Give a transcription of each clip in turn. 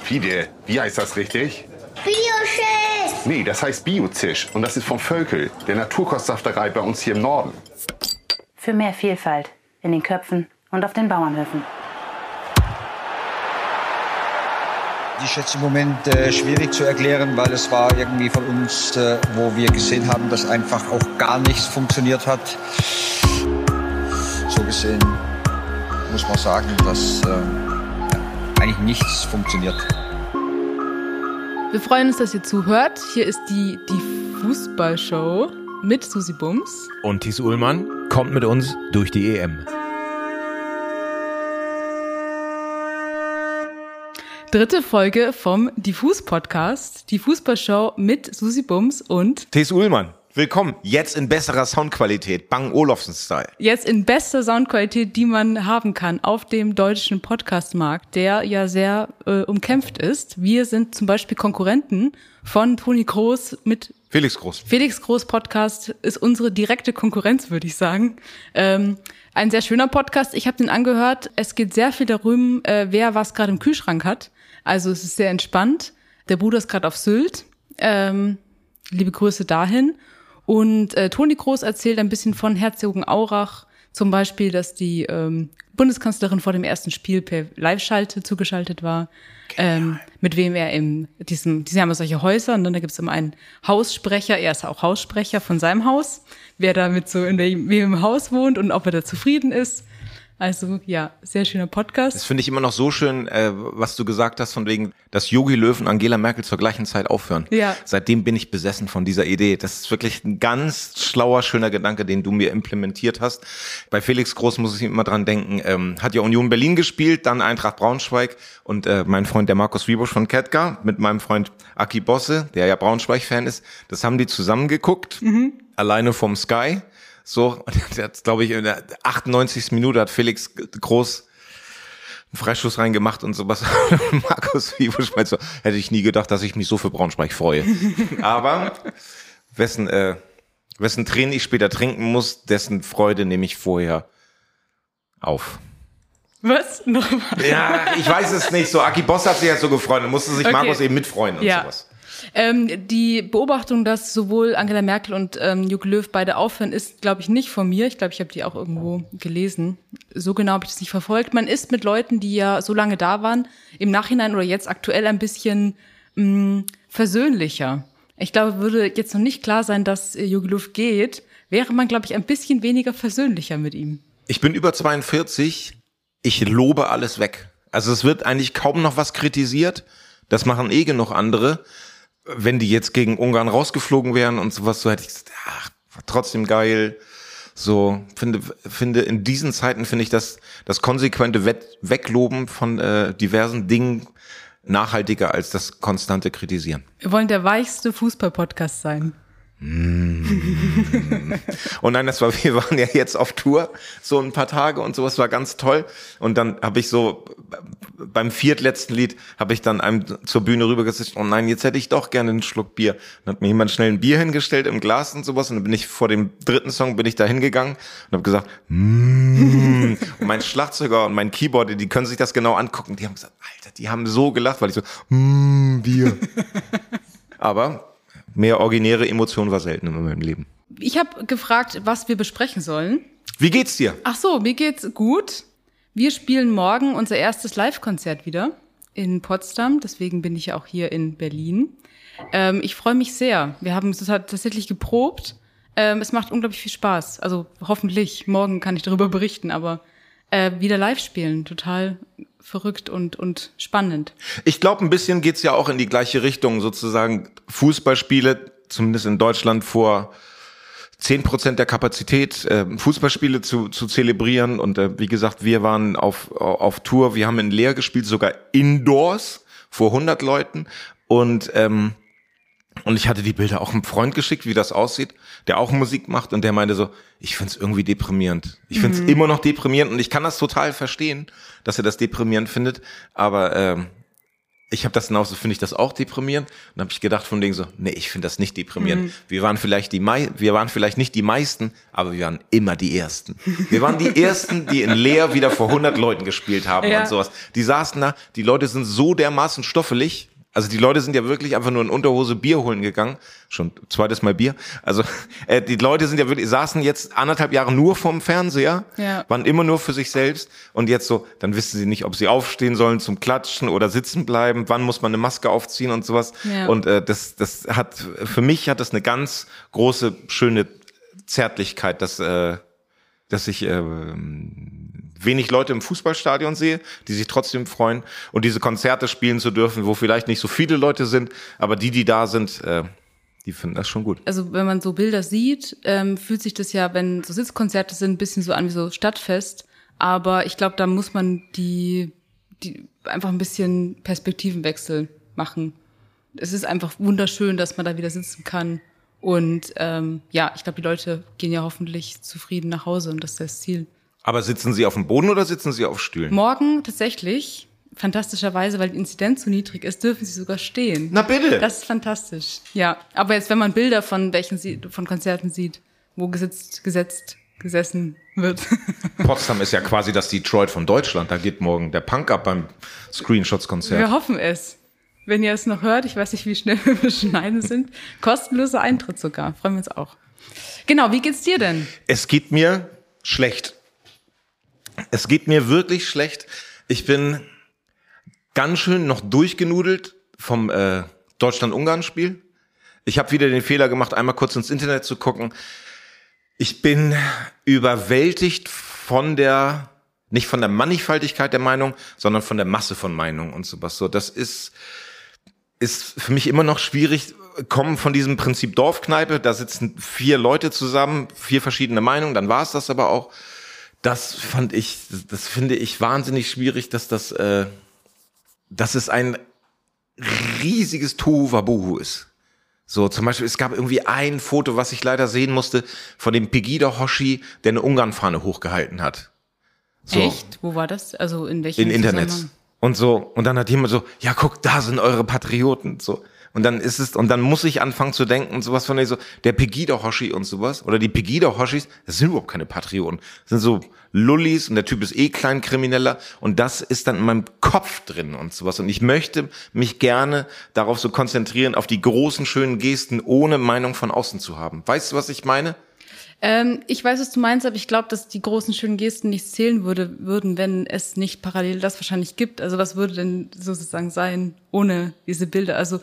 Fide, wie heißt das richtig? Bioschiss! Nee, das heißt Biozisch. Und das ist vom Völkel, der Naturkostsafterei bei uns hier im Norden. Für mehr Vielfalt in den Köpfen und auf den Bauernhöfen. Ich schätze im Moment schwierig zu erklären, weil es war irgendwie von uns, wo wir gesehen haben, dass einfach auch gar nichts funktioniert hat. So gesehen muss man sagen, dass eigentlich nichts funktioniert. Wir freuen uns, dass ihr zuhört. Hier ist die Fußballshow mit Susi Bums. Und Thies Uhlmann kommt mit uns durch die EM. Dritte Folge vom Die Fuß-Podcast, die Fußballshow mit Susi Bums und Thies Uhlmann. Willkommen, jetzt in besserer Soundqualität, Bang Olufsen-Style. Jetzt in bester Soundqualität, die man haben kann auf dem deutschen Podcastmarkt, der ja sehr umkämpft ist. Wir sind zum Beispiel Konkurrenten von Toni Kroos mit Felix Groß. Felix Groß Podcast ist unsere direkte Konkurrenz, würde ich sagen. Ein sehr schöner Podcast. Ich habe den angehört. Es geht sehr viel darum, wer was gerade im Kühlschrank hat. Also es ist sehr entspannt. Der Bruder ist gerade auf Sylt. Liebe Grüße dahin. Und Toni Kroos erzählt ein bisschen von Herzogenaurach, zum Beispiel, dass die Bundeskanzlerin vor dem ersten Spiel per Live-Schalte zugeschaltet war, mit wem er die haben ja solche Häuser, und dann da gibt es immer einen Haussprecher, er ist auch Haussprecher von seinem Haus, wer damit so in dem Haus wohnt und ob er da zufrieden ist. Also ja, sehr schöner Podcast. Das finde ich immer noch so schön, was du gesagt hast, von wegen, dass Jogi Löw und Angela Merkel zur gleichen Zeit aufhören. Ja. Seitdem bin ich besessen von dieser Idee. Das ist wirklich ein ganz schlauer, schöner Gedanke, den du mir implementiert hast. Bei Felix Groß muss ich immer dran denken, hat ja Union Berlin gespielt, dann Eintracht Braunschweig und mein Freund, der Markus Wiebusch von Ketka, mit meinem Freund Aki Bosse, der ja Braunschweig-Fan ist, das haben die zusammen geguckt, alleine vom Sky. So, und jetzt, glaube ich, in der 98. Minute hat Felix Groß einen Freischuss reingemacht und sowas. Markus Wiebusch meint so, hätte ich nie gedacht, dass ich mich so für Braunschweig freue. Aber wessen Tränen ich später trinken muss, dessen Freude nehme ich vorher auf. Was? Nochmal? Ja, ich weiß es nicht. So, Aki Boss hat sich ja so gefreut, dann musste sich Markus eben mitfreuen und sowas. Die Beobachtung, dass sowohl Angela Merkel und Jogi Löw beide aufhören, ist, glaube ich, nicht von mir. Ich glaube, ich habe die auch irgendwo gelesen. So genau habe ich das nicht verfolgt. Man ist mit Leuten, die ja so lange da waren, im Nachhinein oder jetzt aktuell ein bisschen versöhnlicher. Ich glaube, würde jetzt noch nicht klar sein, dass Jogi Löw geht, wäre man, glaube ich, ein bisschen weniger versöhnlicher mit ihm. Ich bin über 42, ich lobe alles weg. Also es wird eigentlich kaum noch was kritisiert. Das machen genug andere. Wenn die jetzt gegen Ungarn rausgeflogen wären und sowas, so hätte ich gesagt, ach, trotzdem geil. So, finde in diesen Zeiten finde ich das konsequente Wegloben von diversen Dingen nachhaltiger als das konstante Kritisieren. Wir wollen der weichste Fußball-Podcast sein. Und nein, wir waren ja jetzt auf Tour, so ein paar Tage und sowas, war ganz toll. Und dann habe ich so, beim viertletzten Lied, habe ich dann einem zur Bühne rübergesetzt, oh nein, jetzt hätte ich doch gerne einen Schluck Bier. Dann hat mir jemand schnell ein Bier hingestellt im Glas und sowas, und dann bin ich vor dem dritten Song, bin ich da hingegangen und habe gesagt, Und mein Schlagzeuger und mein Keyboarder, die können sich das genau angucken, die haben gesagt, Alter, die haben so gelacht, weil ich so, Bier. Aber mehr originäre Emotion war selten in meinem Leben. Ich habe gefragt, was wir besprechen sollen. Wie geht's dir? Ach so, mir geht's gut. Wir spielen morgen unser erstes Live-Konzert wieder in Potsdam. Deswegen bin ich ja auch hier in Berlin. Ich freue mich sehr. Wir haben es tatsächlich geprobt. Es macht unglaublich viel Spaß. Also hoffentlich. Morgen kann ich darüber berichten. Aber wieder live spielen, total verrückt und spannend. Ich glaube, ein bisschen geht's ja auch in die gleiche Richtung, sozusagen Fußballspiele, zumindest in Deutschland, vor 10% der Kapazität, Fußballspiele zu zelebrieren. Und wie gesagt, wir waren auf Tour, wir haben in Leer gespielt, sogar indoors, vor 100 Leuten. Und ich hatte die Bilder auch einem Freund geschickt, wie das aussieht, der auch Musik macht, und der meinte so, ich find's irgendwie deprimierend. Ich find's immer noch deprimierend, und ich kann das total verstehen, dass er das deprimierend findet, aber ich habe das genauso, finde ich das auch deprimierend. Und dann habe ich gedacht von denen so, nee, ich finde das nicht deprimierend. Wir waren vielleicht nicht die meisten, aber wir waren immer die Ersten. Wir waren die Ersten, die in Leer wieder vor 100 Leuten gespielt haben und sowas. Die saßen da, die Leute sind so dermaßen stoffelig. Also die Leute sind ja wirklich einfach nur in Unterhose Bier holen gegangen. Schon zweites Mal Bier. Also die Leute sind ja wirklich, saßen jetzt 1,5 Jahre nur vorm Fernseher, waren immer nur für sich selbst. Und jetzt so, dann wissen sie nicht, ob sie aufstehen sollen zum Klatschen oder sitzen bleiben. Wann muss man eine Maske aufziehen und sowas. Ja. Und für mich hat das eine ganz große, schöne Zärtlichkeit, dass ich wenig Leute im Fußballstadion sehe, die sich trotzdem freuen und diese Konzerte spielen zu dürfen, wo vielleicht nicht so viele Leute sind, aber die da sind, die finden das schon gut. Also wenn man so Bilder sieht, fühlt sich das ja, wenn so Sitzkonzerte sind, ein bisschen so an wie so Stadtfest, aber ich glaube, da muss man die einfach ein bisschen Perspektivenwechsel machen. Es ist einfach wunderschön, dass man da wieder sitzen kann und ich glaube, die Leute gehen ja hoffentlich zufrieden nach Hause und das ist das Ziel. Aber sitzen Sie auf dem Boden oder sitzen Sie auf Stühlen? Morgen tatsächlich, fantastischerweise, weil die Inzidenz so niedrig ist, dürfen Sie sogar stehen. Na bitte! Das ist fantastisch. Ja, aber jetzt, wenn man Bilder von Konzerten sieht, wo gesessen wird. Potsdam ist ja quasi das Detroit von Deutschland. Da geht morgen der Punk ab beim Screenshots-Konzert. Wir hoffen es. Wenn ihr es noch hört, ich weiß nicht, wie schnell wir beschneiden sind. Kostenloser Eintritt sogar. Freuen wir uns auch. Genau, wie geht's dir denn? Es geht mir schlecht. Es geht mir wirklich schlecht. Ich bin ganz schön noch durchgenudelt vom Deutschland-Ungarn-Spiel. Ich habe wieder den Fehler gemacht, einmal kurz ins Internet zu gucken. Ich bin überwältigt nicht von der Mannigfaltigkeit der Meinung, sondern von der Masse von Meinungen und sowas. So, das ist für mich immer noch schwierig. Kommen von diesem Prinzip Dorfkneipe, da sitzen 4 Leute zusammen, 4 verschiedene Meinungen, dann war es das aber auch. Das finde ich wahnsinnig schwierig, dass es ein riesiges Tohuwabohu ist. So, zum Beispiel, es gab irgendwie ein Foto, was ich leider sehen musste, von dem Pegida Hoshi, der eine Ungarn-Fahne hochgehalten hat. So. Echt? Wo war das? Also in welchem In Internet. Und so, und dann hat jemand so, ja, guck, da sind eure Patrioten, so. Und dann muss ich anfangen zu denken und sowas von so, der Pegida-Hoshi und sowas, oder die Pegida-Hoshis, das sind überhaupt keine Patrioten. Das sind so Lullis und der Typ ist Kleinkrimineller und das ist dann in meinem Kopf drin und sowas. Und ich möchte mich gerne darauf so konzentrieren, auf die großen, schönen Gesten, ohne Meinung von außen zu haben. Weißt du, was ich meine? Ich weiß, was du meinst, aber ich glaube, dass die großen, schönen Gesten nicht zählen würden, wenn es nicht parallel das wahrscheinlich gibt. Also was würde denn sozusagen sein ohne diese Bilder? Also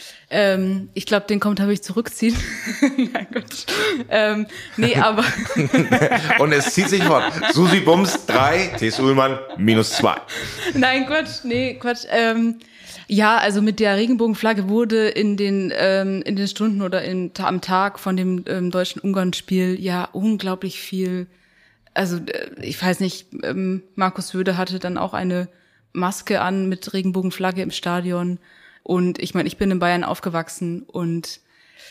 ich glaube, den Kommentar will ich zurückziehen. Nein, Gott. Nee, aber... Und es zieht sich fort. Susi Bums 3, T.S. Ullmann -2. Nein, Quatsch, nee, Quatsch. Ja, also mit der Regenbogenflagge wurde in den Stunden oder am Tag von dem deutschen Ungarn-Spiel ja unglaublich viel, also ich weiß nicht, Markus Söder hatte dann auch eine Maske an mit Regenbogenflagge im Stadion. Und ich meine, ich bin in Bayern aufgewachsen und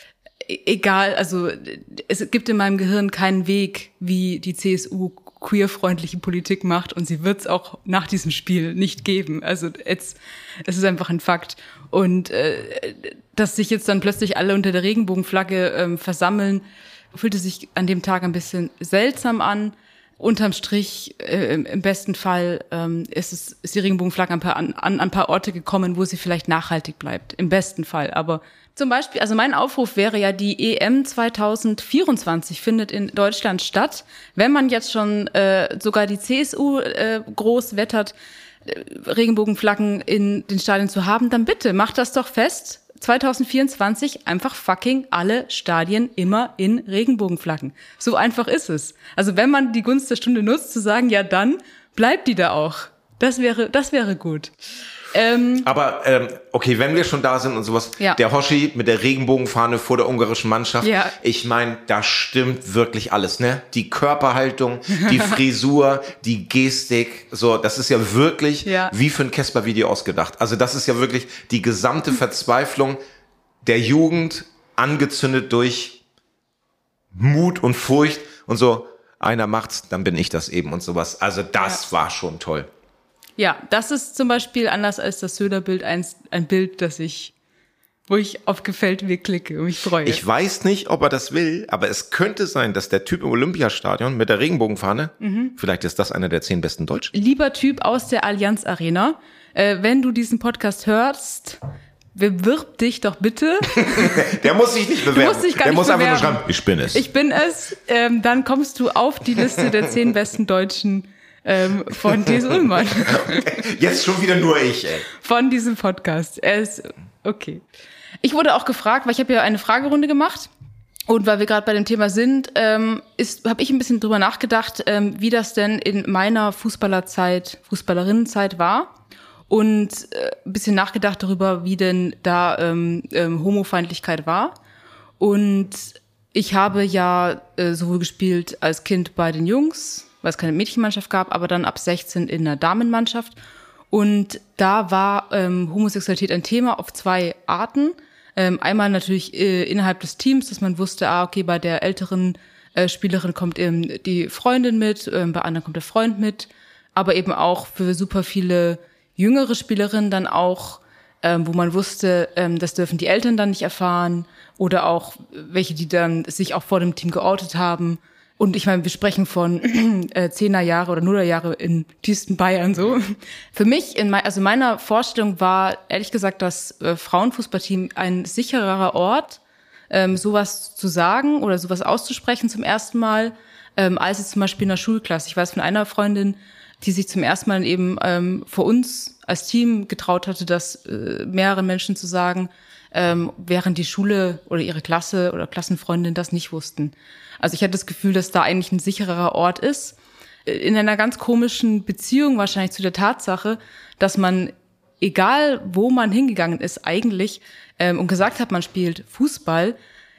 egal, also es gibt in meinem Gehirn keinen Weg, wie die CSU queerfreundliche Politik macht und sie wird es auch nach diesem Spiel nicht geben. Also es ist einfach ein Fakt. Und dass sich jetzt dann plötzlich alle unter der Regenbogenflagge versammeln, fühlte sich an dem Tag ein bisschen seltsam an. Unterm Strich, im besten Fall, ist die Regenbogenflagge an ein paar Orte gekommen, wo sie vielleicht nachhaltig bleibt. Im besten Fall. Aber zum Beispiel, also mein Aufruf wäre ja, die EM 2024 findet in Deutschland statt. Wenn man jetzt schon sogar die CSU groß wettert, Regenbogenflaggen in den Stadien zu haben, dann bitte, macht das doch fest. 2024 einfach fucking alle Stadien immer in Regenbogenflaggen. So einfach ist es. Also wenn man die Gunst der Stunde nutzt, zu sagen, ja dann bleibt die da auch. Das wäre gut. Aber okay, wenn wir schon da sind und sowas, ja. Der Hoshi mit der Regenbogenfahne vor der ungarischen Mannschaft, ja. Ich meine, da stimmt wirklich alles, ne? Die Körperhaltung, die Frisur, die Gestik, so, das ist ja wirklich wie für ein Casper-Video ausgedacht. Also das ist ja wirklich die gesamte Verzweiflung der Jugend, angezündet durch Mut und Furcht und so, einer macht's, dann bin ich das eben und sowas. Also das war schon toll. Ja, das ist zum Beispiel anders als das Söder-Bild ein Bild, wo ich auf Gefällt mir klicke und mich freue. Ich weiß nicht, ob er das will, aber es könnte sein, dass der Typ im Olympiastadion mit der Regenbogenfahne, vielleicht ist das einer der 10 besten Deutschen. Lieber Typ aus der Allianz Arena, wenn du diesen Podcast hörst, bewirb dich doch bitte. Der muss sich nicht bewerben. Du musst dich gar der nicht muss bewerben. einfach nur schreiben, ich bin es. Ich bin es. Dann kommst du auf die Liste der 10 besten Deutschen von TS Ullmann. Okay. Jetzt schon wieder nur ich, ey. Von diesem Podcast. Okay. Ich wurde auch gefragt, weil ich habe ja eine Fragerunde gemacht und weil wir gerade bei dem Thema sind, habe ich ein bisschen drüber nachgedacht, wie das denn in meiner Fußballerinnenzeit war und ein bisschen nachgedacht darüber, wie denn da Homofeindlichkeit war. Und ich habe ja sowohl gespielt als Kind bei den Jungs, weil es keine Mädchenmannschaft gab, aber dann ab 16 in einer Damenmannschaft. Und da war Homosexualität ein Thema auf 2 Arten. Einmal natürlich innerhalb des Teams, dass man wusste, okay, bei der älteren Spielerin kommt eben die Freundin mit, bei anderen kommt der Freund mit. Aber eben auch für super viele jüngere Spielerinnen dann auch, wo man wusste, das dürfen die Eltern dann nicht erfahren. Oder auch welche, die dann sich auch vor dem Team geoutet haben. Und ich meine, wir sprechen von 10er Jahre oder 0er Jahre in tiefsten Bayern so. Für mich, meiner Vorstellung war ehrlich gesagt das Frauenfußballteam ein sichererer Ort, sowas zu sagen oder sowas auszusprechen zum ersten Mal, als jetzt zum Beispiel in der Schulklasse. Ich weiß von einer Freundin, die sich zum ersten Mal eben vor uns als Team getraut hatte, das mehreren Menschen zu sagen, während die Schule oder ihre Klasse oder Klassenfreundinnen das nicht wussten. Also ich hatte das Gefühl, dass da eigentlich ein sichererer Ort ist. In einer ganz komischen Beziehung wahrscheinlich zu der Tatsache, dass man, egal wo man hingegangen ist eigentlich, und gesagt hat, man spielt Fußball,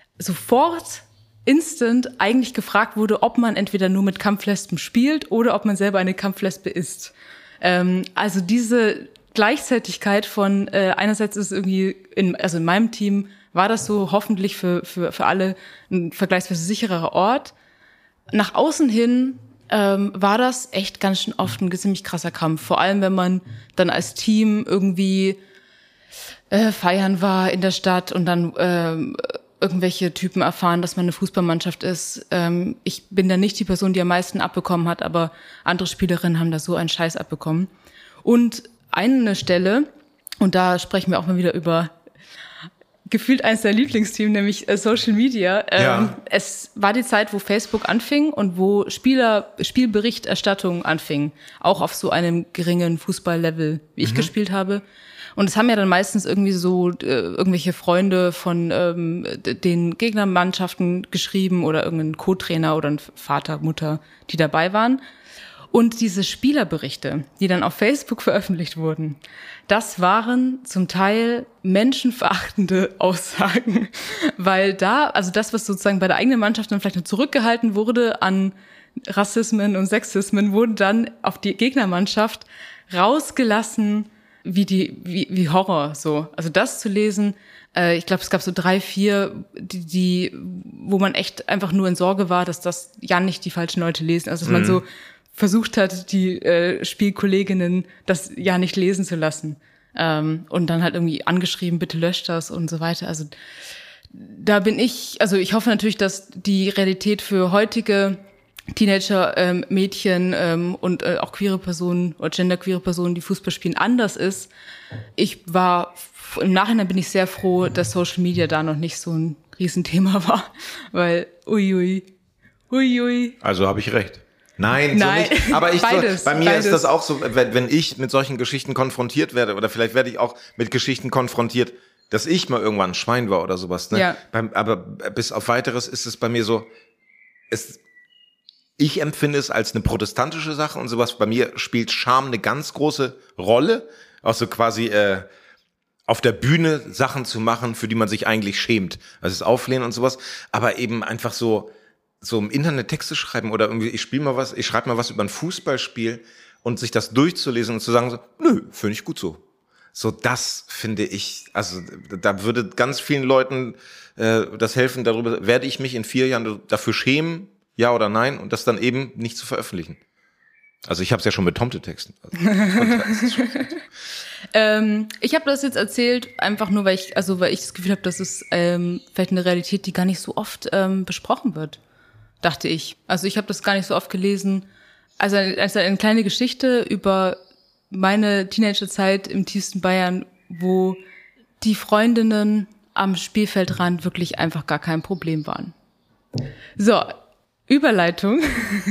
sofort instant eigentlich gefragt wurde, ob man entweder nur mit Kampflesben spielt oder ob man selber eine Kampflesbe ist. Also diese Gleichzeitigkeit von einerseits ist irgendwie in meinem Team war das so hoffentlich für alle ein vergleichsweise sicherer Ort. Nach außen hin war das echt ganz schön oft ein ziemlich krasser Kampf. Vor allem, wenn man dann als Team irgendwie feiern war in der Stadt und dann irgendwelche Typen erfahren, dass man eine Fußballmannschaft ist. Ich bin da nicht die Person, die am meisten abbekommen hat, aber andere Spielerinnen haben da so einen Scheiß abbekommen. Und eine Stelle, und da sprechen wir auch mal wieder über gefühlt eines der Lieblingsteams, nämlich Social Media. Ja. Es war die Zeit, wo Facebook anfing und wo Spielberichterstattung anfing. Auch auf so einem geringen Fußballlevel, wie ich gespielt habe. Und es haben ja dann meistens irgendwie so irgendwelche Freunde von den Gegnermannschaften geschrieben oder irgendein Co-Trainer oder ein Vater, Mutter, die dabei waren. Und diese Spielerberichte, die dann auf Facebook veröffentlicht wurden, das waren zum Teil menschenverachtende Aussagen, weil also das, was sozusagen bei der eigenen Mannschaft dann vielleicht noch zurückgehalten wurde an Rassismen und Sexismen, wurde dann auf die Gegnermannschaft rausgelassen wie Horror, so. Also das zu lesen, ich glaube, es gab so 3, 4, wo man echt einfach nur in Sorge war, dass das ja nicht die falschen Leute lesen, also dass man so versucht hat, die Spielkolleginnen das ja nicht lesen zu lassen. Und dann halt irgendwie angeschrieben, bitte löscht das und so weiter. Also da ich hoffe natürlich, dass die Realität für heutige Teenager, Mädchen und auch queere Personen oder genderqueere Personen, die Fußball spielen, anders ist. Im Nachhinein bin ich sehr froh, dass Social Media da noch nicht so ein Riesenthema war, weil uiui. Also habe ich recht. Nein, so nicht. Aber bei mir ist das auch so, wenn ich mit solchen Geschichten konfrontiert werde, oder vielleicht werde ich auch mit Geschichten konfrontiert, dass ich mal irgendwann ein Schwein war oder sowas. Ne? Ja. Aber bis auf Weiteres ist es bei mir so, ich empfinde es als eine protestantische Sache und sowas. Bei mir spielt Scham eine ganz große Rolle, auch so quasi auf der Bühne Sachen zu machen, für die man sich eigentlich schämt. Also das Auflehnen und sowas, aber eben einfach so im Internet Texte schreiben oder irgendwie, ich schreibe mal was über ein Fußballspiel und sich das durchzulesen und zu sagen so, nö, finde ich gut so. So, das finde ich, also da würde ganz vielen Leuten das helfen, darüber werde ich mich in 4 Jahren dafür schämen, ja oder nein, und das dann eben nicht zu veröffentlichen. Also ich habe es ja schon mit Tomte-Texten. Ich habe das jetzt erzählt, einfach nur, weil ich das Gefühl habe, das ist vielleicht eine Realität, die gar nicht so oft besprochen wird, dachte ich. Also ich habe das gar nicht so oft gelesen. Also eine kleine Geschichte über meine Teenagerzeit im tiefsten Bayern, wo die Freundinnen am Spielfeldrand wirklich einfach gar kein Problem waren. So, Überleitung.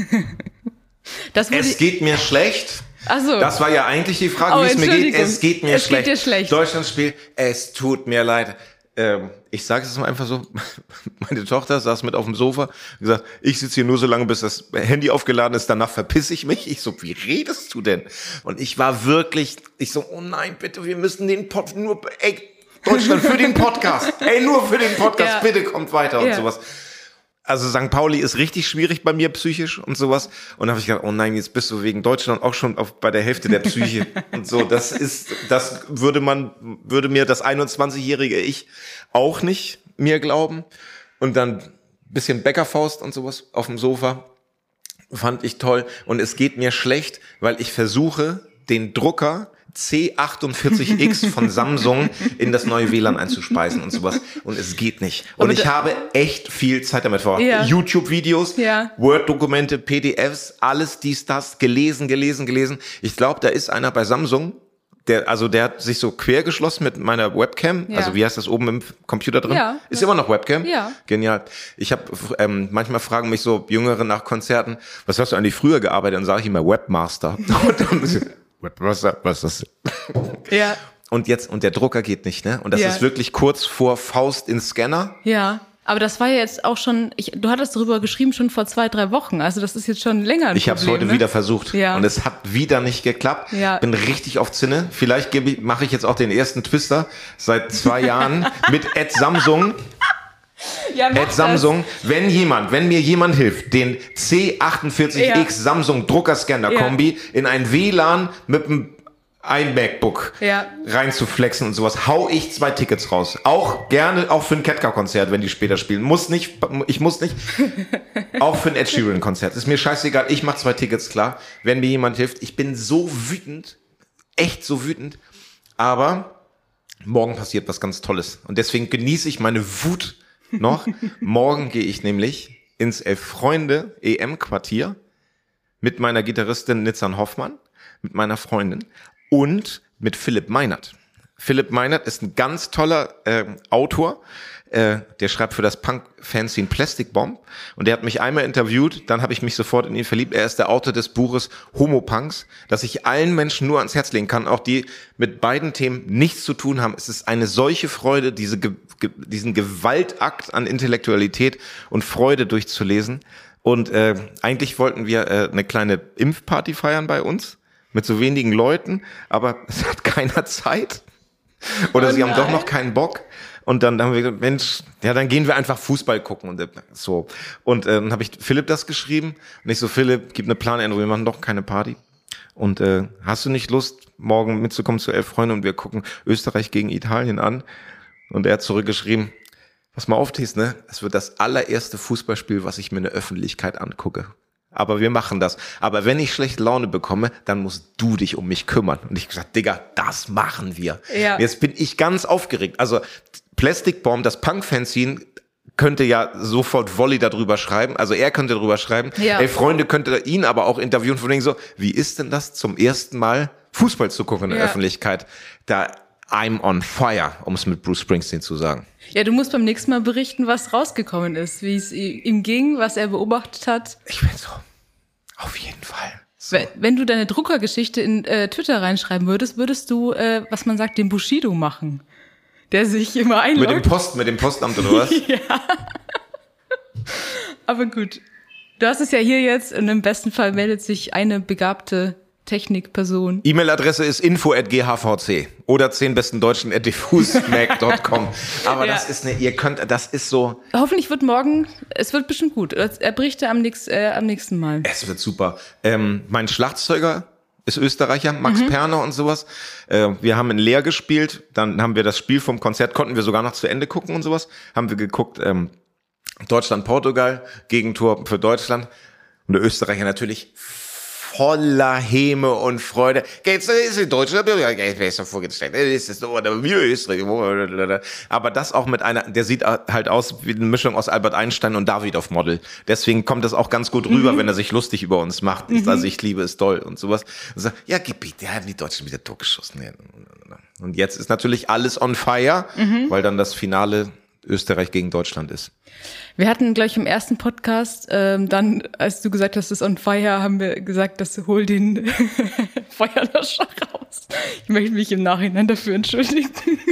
Es geht mir schlecht. Ach so. Das war ja eigentlich die Frage, wie es mir geht. Es geht mir schlecht. Geht dir schlecht. Deutschlandspiel, es tut mir leid. Ich sage es mal einfach so, meine Tochter saß mit auf dem Sofa und gesagt, ich sitze hier nur so lange, bis das Handy aufgeladen ist, danach verpiss ich mich. Ich so, wie redest du denn? Und ich war wirklich, oh nein, bitte, wir müssen den Deutschland für den Podcast, nur für den Podcast, ja. Bitte kommt weiter und sowas. Also St. Pauli ist richtig schwierig bei mir psychisch und sowas. Und da habe ich gedacht, oh nein, jetzt bist du wegen Deutschland auch schon bei der Hälfte der Psyche und so. Das würde mir das 21-jährige Ich auch nicht mir glauben. Und dann bisschen Bäckerfaust und sowas auf dem Sofa. Fand ich toll. Und es geht mir schlecht, weil ich versuche, den Drucker C48X von Samsung in das neue WLAN einzuspeisen und sowas. Und es geht nicht. Und ich habe echt viel Zeit damit verbracht. Ja. YouTube-Videos, Word-Dokumente, PDFs, alles dies, das, gelesen. Ich glaube, da ist einer bei Samsung, der hat sich so quer geschlossen mit meiner Webcam. Ja. Also wie heißt das oben im Computer drin? Ja. Ist immer noch Webcam? Ja. Genial. Ich habe manchmal fragen mich so Jüngere nach Konzerten, was hast du eigentlich früher gearbeitet? Und sage ich immer Webmaster. Und dann was ist das? Ja. Und der Drucker geht nicht, ne? Und das ist wirklich kurz vor Faust in Scanner. Ja. Aber das war ja jetzt auch schon, du hattest darüber geschrieben schon vor 2-3 Wochen. Also das ist jetzt schon länger ein Problem. Ich habe es heute wieder versucht. Ja. Und es hat wieder nicht geklappt. Ja. Bin richtig auf Zinne. Vielleicht mache ich jetzt auch den ersten Twister seit 2 Jahren mit @Samsung. Ja, Samsung, wenn mir jemand hilft, den C48X Samsung Druckerscanner Kombi in ein WLAN mit einem MacBook reinzuflexen und sowas, hau ich 2 Tickets raus. Auch gerne, auch für ein Ketka-Konzert, wenn die später spielen. Ich muss nicht. Auch für ein Ed Sheeran-Konzert. Ist mir scheißegal, ich mach 2 Tickets klar, wenn mir jemand hilft. Ich bin so wütend, echt so wütend, aber morgen passiert was ganz Tolles. Und deswegen genieße ich meine Wut noch. Morgen gehe ich nämlich ins 11 Freunde EM-Quartier mit meiner Gitarristin Nitzan Hoffmann, mit meiner Freundin und mit Philipp Meinert. Philipp Meinert ist ein ganz toller Autor, der schreibt für das Punk-Fanzine Plastic Bomb und der hat mich einmal interviewt, dann habe ich mich sofort in ihn verliebt. Er ist der Autor des Buches Homo Punks, das ich allen Menschen nur ans Herz legen kann, auch die mit beiden Themen nichts zu tun haben. Es ist eine solche Freude, diesen Gewaltakt an Intellektualität und Freude durchzulesen. Und eigentlich wollten wir eine kleine Impfparty feiern bei uns mit so wenigen Leuten, aber es hat keiner Zeit oder sie haben doch noch keinen Bock. Und dann haben wir gesagt, Mensch, dann gehen wir einfach Fußball gucken und so. Und dann habe ich Philipp das geschrieben und ich so, Philipp, gib eine Planänderung, wir machen doch keine Party. Und hast du nicht Lust, morgen mitzukommen zu 11 Freunde und wir gucken Österreich gegen Italien an? Und er hat zurückgeschrieben, pass mal auf, Thies, ne? Es wird das allererste Fußballspiel, was ich mir in der Öffentlichkeit angucke. Aber wir machen das. Aber wenn ich schlechte Laune bekomme, dann musst du dich um mich kümmern. Und ich gesagt, Digga, das machen wir. Ja. Jetzt bin ich ganz aufgeregt. Also Plastic Bomb, das Punk-Fanzine, könnte ja sofort Volley darüber schreiben. Also er könnte darüber schreiben. Ja. 11 Freunde könnte ihn aber auch interviewen von wegen so, wie ist denn das zum ersten Mal Fußball zu gucken in der Öffentlichkeit? Da I'm on fire, um es mit Bruce Springsteen zu sagen. Ja, du musst beim nächsten Mal berichten, was rausgekommen ist, wie es ihm ging, was er beobachtet hat. Ich bin so, auf jeden Fall. So. Wenn du deine Druckergeschichte in Twitter reinschreiben würdest du, was man sagt, den Bushido machen, der sich immer einloggt. Mit dem Postamt oder was? Ja. Aber gut, du hast es ja hier jetzt und im besten Fall meldet sich eine begabte Technikperson. E-Mail-Adresse ist info@ghvc oder 10bestendeutschen@diffusmac.com. Aber das ist so. Hoffentlich wird es wird bestimmt gut. Er berichtet am nächsten Mal. Es wird super. Mein Schlagzeuger ist Österreicher, Max Perner und sowas. Wir haben in Leer gespielt, dann haben wir das Spiel vom Konzert, konnten wir sogar noch zu Ende gucken und sowas. Haben wir geguckt, Deutschland-Portugal, Gegentor für Deutschland. Und der Österreicher natürlich voller Häme und Freude. Geht's, ist in Deutschland, wer ist da vorgestellt? Ist das oder wir Österreich? Aber das auch mit einer, der sieht halt aus wie eine Mischung aus Albert Einstein und Davidoff Model. Deswegen kommt das auch ganz gut rüber, wenn er sich lustig über uns macht. Also ich liebe es doll und sowas. Und sagt, ja, Gebiet, der hat die Deutschen wieder durchgeschossen. Und jetzt ist natürlich alles on fire, weil dann das Finale Österreich gegen Deutschland ist. Wir hatten gleich im ersten Podcast, dann, als du gesagt hast, es ist on fire, haben wir gesagt, dass hol den Feuerlöscher raus. Ich möchte mich im Nachhinein dafür entschuldigen.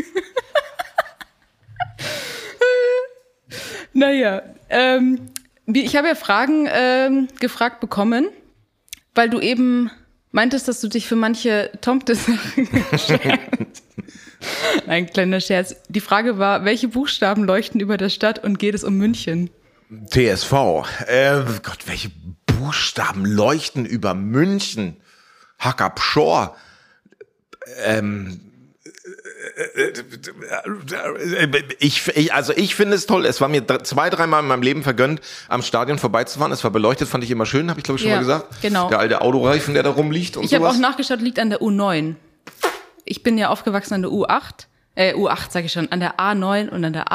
Naja, ich habe ja Fragen gefragt bekommen, weil du eben meintest, dass du dich für manche Tomte-Sachen schämst. Ein kleiner Scherz. Die Frage war, welche Buchstaben leuchten über der Stadt und geht es um München? TSV. Gott, welche Buchstaben leuchten über München? Hackab Shore. Ich finde es toll. Es war mir 2-3 Mal in meinem Leben vergönnt, am Stadion vorbeizufahren. Es war beleuchtet, fand ich immer schön, habe ich glaube ich schon mal gesagt. Genau. Der alte Autoreifen, der da rumliegt und ich habe sowas. auch nachgeschaut, liegt an der U9. Ich bin ja aufgewachsen an der U8 sage ich schon, an der A9 und an der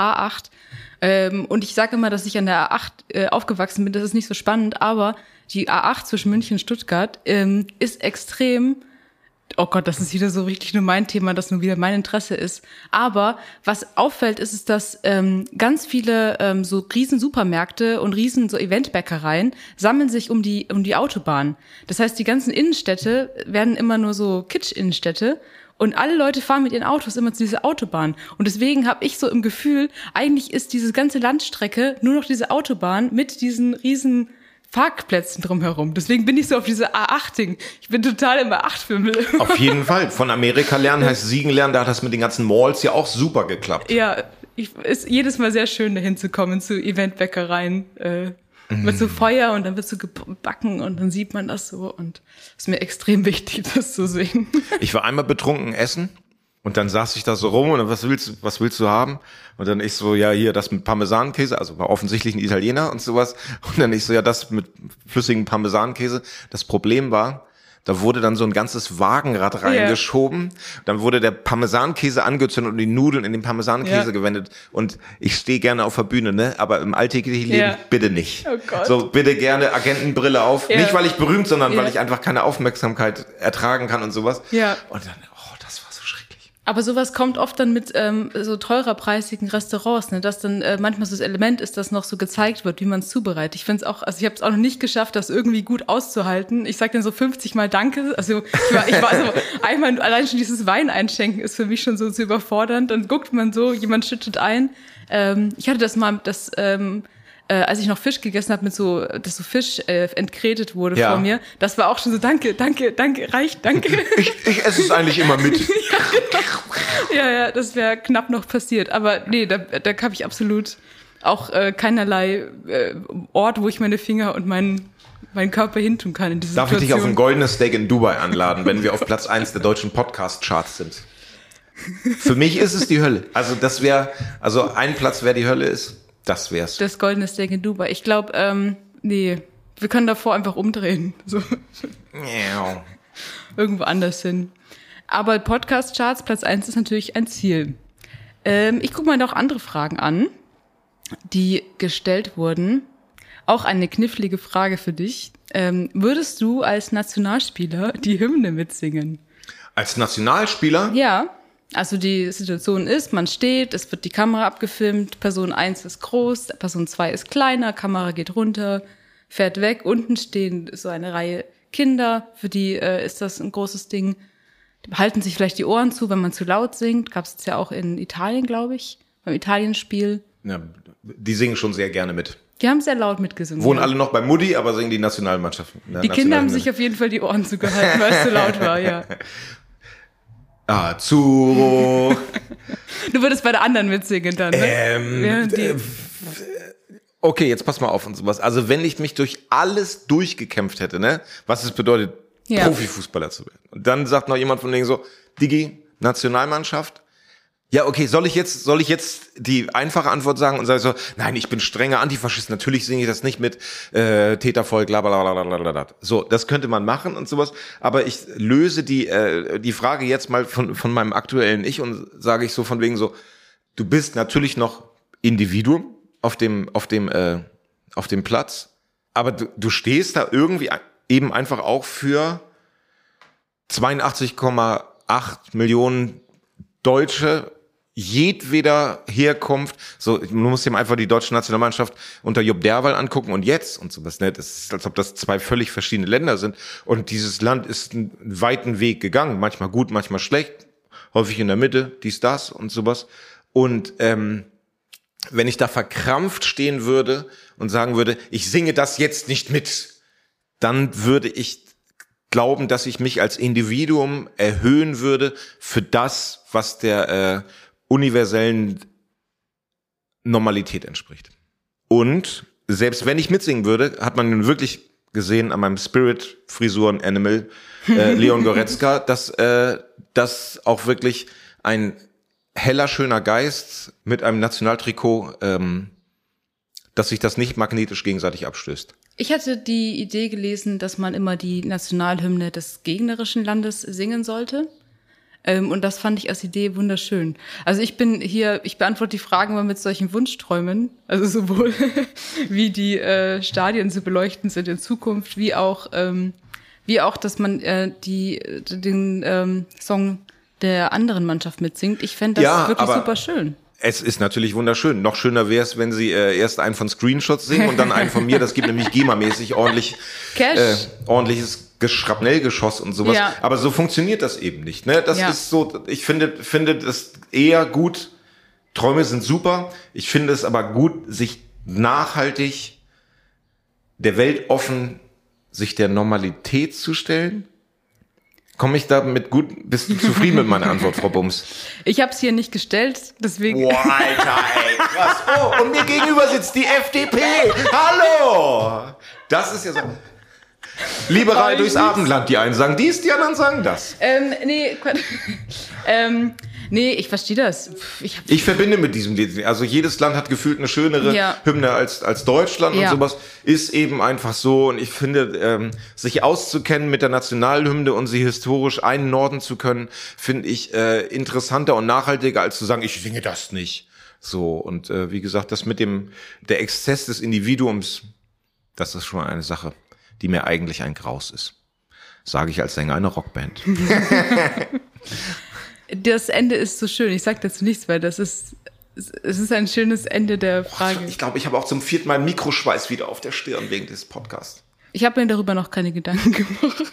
A8. Und ich sage immer, dass ich an der A8 aufgewachsen bin. Das ist nicht so spannend, aber die A8 zwischen München und Stuttgart ist extrem. Oh Gott, das ist wieder so richtig nur mein Thema, das nur wieder mein Interesse ist. Aber was auffällt, ist, dass ganz viele so riesen Supermärkte und riesen so Eventbäckereien sammeln sich um die Autobahn. Das heißt, die ganzen Innenstädte werden immer nur so Kitsch-Innenstädte. Und alle Leute fahren mit ihren Autos immer zu dieser Autobahn. Und deswegen habe ich so im Gefühl, eigentlich ist diese ganze Landstrecke nur noch diese Autobahn mit diesen riesen Parkplätzen drumherum. Deswegen bin ich so auf diese A8-Ding. Ich bin total im A8-Fimmel. Auf jeden Fall. Von Amerika lernen heißt Siegen lernen. Da hat das mit den ganzen Malls ja auch super geklappt. Ja, ist jedes Mal sehr schön, dahin zu kommen, zu Eventbäckereien. Mit so Feuer und dann wird so gebacken und dann sieht man das so. Und es ist mir extrem wichtig, das zu sehen. Ich war einmal betrunken essen und dann saß ich da so rum und dann, was willst du haben? Und dann ich so, ja, hier das mit Parmesankäse, also war offensichtlich ein Italiener und sowas. Und dann ich so, ja, das mit flüssigem Parmesankäse. Das Problem war, da wurde dann so ein ganzes Wagenrad reingeschoben. Yeah. Dann wurde der Parmesankäse angezündet und die Nudeln in den Parmesankäse gewendet. Und ich stehe gerne auf der Bühne, ne? Aber im alltäglichen Leben bitte nicht. Oh Gott. So, bitte gerne Agentenbrille auf. Yeah. Nicht, weil ich berühmt, sondern weil ich einfach keine Aufmerksamkeit ertragen kann und sowas. Ja. Und dann, das war so schrecklich. Aber sowas kommt oft dann mit so teurerpreisigen Restaurants, ne? Dass dann manchmal so das Element ist, dass noch so gezeigt wird, wie man es zubereitet. Ich finde es auch, also ich habe es auch noch nicht geschafft, das irgendwie gut auszuhalten. Ich sage dann so 50 Mal Danke. Also ich war also einmal allein schon dieses Wein einschenken ist für mich schon so überfordernd. Dann guckt man so, jemand schüttet ein. Ich hatte das mal, als ich noch Fisch gegessen habe, dass so Fisch entkretet wurde vor mir. Das war auch schon so, danke, reicht, danke. Ich esse es eigentlich immer mit. Ja, das wäre knapp noch passiert. Aber nee, da habe ich absolut auch keinerlei Ort, wo ich meine Finger und meinen Körper hintun kann in dieser Situation. Darf ich dich auf ein goldenes Steak in Dubai anladen, wenn wir auf Platz 1 der deutschen Podcast-Charts sind? Für mich ist es die Hölle. Also ein Platz, wer die Hölle ist, das wär's. Das goldene Steak in Dubai. Ich glaube, nee, wir können davor einfach umdrehen. So. Irgendwo anders hin. Aber Podcast-Charts, Platz 1 ist natürlich ein Ziel. Ich gucke mal noch andere Fragen an, die gestellt wurden. Auch eine knifflige Frage für dich. Würdest du als Nationalspieler die Hymne mitsingen? Als Nationalspieler? Ja. Also die Situation ist, man steht, es wird die Kamera abgefilmt, Person 1 ist groß, Person 2 ist kleiner, Kamera geht runter, fährt weg, unten stehen so eine Reihe Kinder, für die ist das ein großes Ding. Die halten sich vielleicht die Ohren zu, wenn man zu laut singt, gab es jetzt ja auch in Italien, glaube ich, beim Italienspiel. Ja, die singen schon sehr gerne mit. Die haben sehr laut mitgesungen. Wohnen alle noch bei Mutti, aber singen die Nationalmannschaft. Die Kinder haben sich auf jeden Fall die Ohren zugehalten, weil es zu laut war, ja. Azzurro. Du würdest bei der anderen mitsingen dann, ne? Okay, jetzt pass mal auf und sowas. Also wenn ich mich durch alles durchgekämpft hätte, ne, was es bedeutet, Profifußballer zu werden. Und dann sagt noch jemand von denen so, Digi, Nationalmannschaft, Ja, okay, soll ich jetzt die einfache Antwort sagen und sage so, nein, ich bin strenger Antifaschist, natürlich singe ich das nicht mit Tätervolk, blablabla. So, das könnte man machen und sowas, aber ich löse die Frage jetzt mal von meinem aktuellen Ich und sage ich so von wegen so, du bist natürlich noch Individuum auf dem Platz, aber du stehst da irgendwie eben einfach auch für 82,8 Millionen Deutsche jedweder Herkunft, so, du musst dir einfach die deutsche Nationalmannschaft unter Jupp Derwall angucken und jetzt und sowas, ne, das ist, als ob das zwei völlig verschiedene Länder sind und dieses Land ist einen weiten Weg gegangen, manchmal gut, manchmal schlecht, häufig in der Mitte, dies, das und sowas und, wenn ich da verkrampft stehen würde und sagen würde, ich singe das jetzt nicht mit, dann würde ich glauben, dass ich mich als Individuum erhöhen würde für das, was der universellen Normalität entspricht. Und selbst wenn ich mitsingen würde, hat man nun wirklich gesehen an meinem Spirit-Frisuren-Animal Leon Goretzka, dass das auch wirklich ein heller, schöner Geist mit einem Nationaltrikot, dass sich das nicht magnetisch gegenseitig abstößt. Ich hatte die Idee gelesen, dass man immer die Nationalhymne des gegnerischen Landes singen sollte. Und das fand ich als Idee wunderschön. Also ich beantworte die Fragen immer mit solchen Wunschträumen, also sowohl wie die Stadien zu beleuchten sind in Zukunft, wie auch, dass man den Song der anderen Mannschaft mitsingt. Ich fände das wirklich super schön. Es ist natürlich wunderschön. Noch schöner wäre es, wenn sie erst einen von Screenshots singen und dann einen von mir. Das gibt nämlich GEMA-mäßig ordentliches Schrapnellgeschoss und sowas. Ja. Aber so funktioniert das eben nicht. Ne? Das ist so, ich finde das eher gut. Träume sind super. Ich finde es aber gut, sich nachhaltig der Welt offen, sich der Normalität zu stellen. Komme ich damit gut? Bist du zufrieden mit meiner Antwort, Frau Bums? Ich habe es hier nicht gestellt, deswegen. Boah, Alter, ey, krass. Oh, und mir gegenüber sitzt die FDP. Hallo! Das ist ja so. Liberal durchs Abendland, die einen sagen dies, die anderen sagen das. Nee, ich verstehe das. Ich verbinde mit diesem Lied, also jedes Land hat gefühlt eine schönere Hymne als Deutschland und sowas ist eben einfach so und ich finde, sich auszukennen mit der Nationalhymne und sie historisch einnorden zu können, finde ich interessanter und nachhaltiger, als zu sagen, ich singe das nicht. So, und wie gesagt, das mit der Exzess des Individuums, das ist schon eine Sache, die mir eigentlich ein Graus ist. Sage ich als Sänger einer Rockband. Das Ende ist so schön. Ich sag dazu nichts, weil es ist ein schönes Ende der Frage. Ich glaube, ich habe auch zum 4. Mal Mikroschweiß wieder auf der Stirn wegen des Podcasts. Ich habe mir darüber noch keine Gedanken gemacht.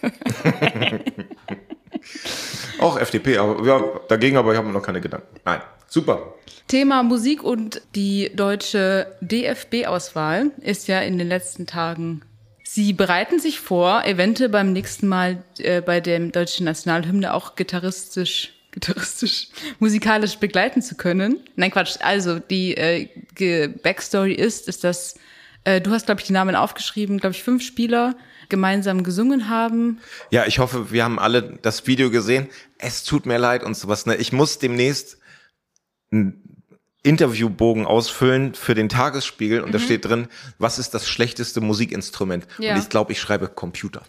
Auch FDP, aber ja, dagegen, aber ich habe mir noch keine Gedanken. Nein, super. Thema Musik und die deutsche DFB-Auswahl ist ja in den letzten Tagen. Sie bereiten sich vor, eventuell beim nächsten Mal bei der deutschen Nationalhymne auch musikalisch begleiten zu können. Nein, Quatsch. Also die Backstory ist, dass du hast, glaube ich, die Namen aufgeschrieben, glaube ich, 5 Spieler gemeinsam gesungen haben. Ja, ich hoffe, wir haben alle das Video gesehen. Es tut mir leid und sowas. Ne? Ich muss demnächst einen Interviewbogen ausfüllen für den Tagesspiegel und da steht drin, was ist das schlechteste Musikinstrument? Ja. Und ich glaube, ich schreibe Computer.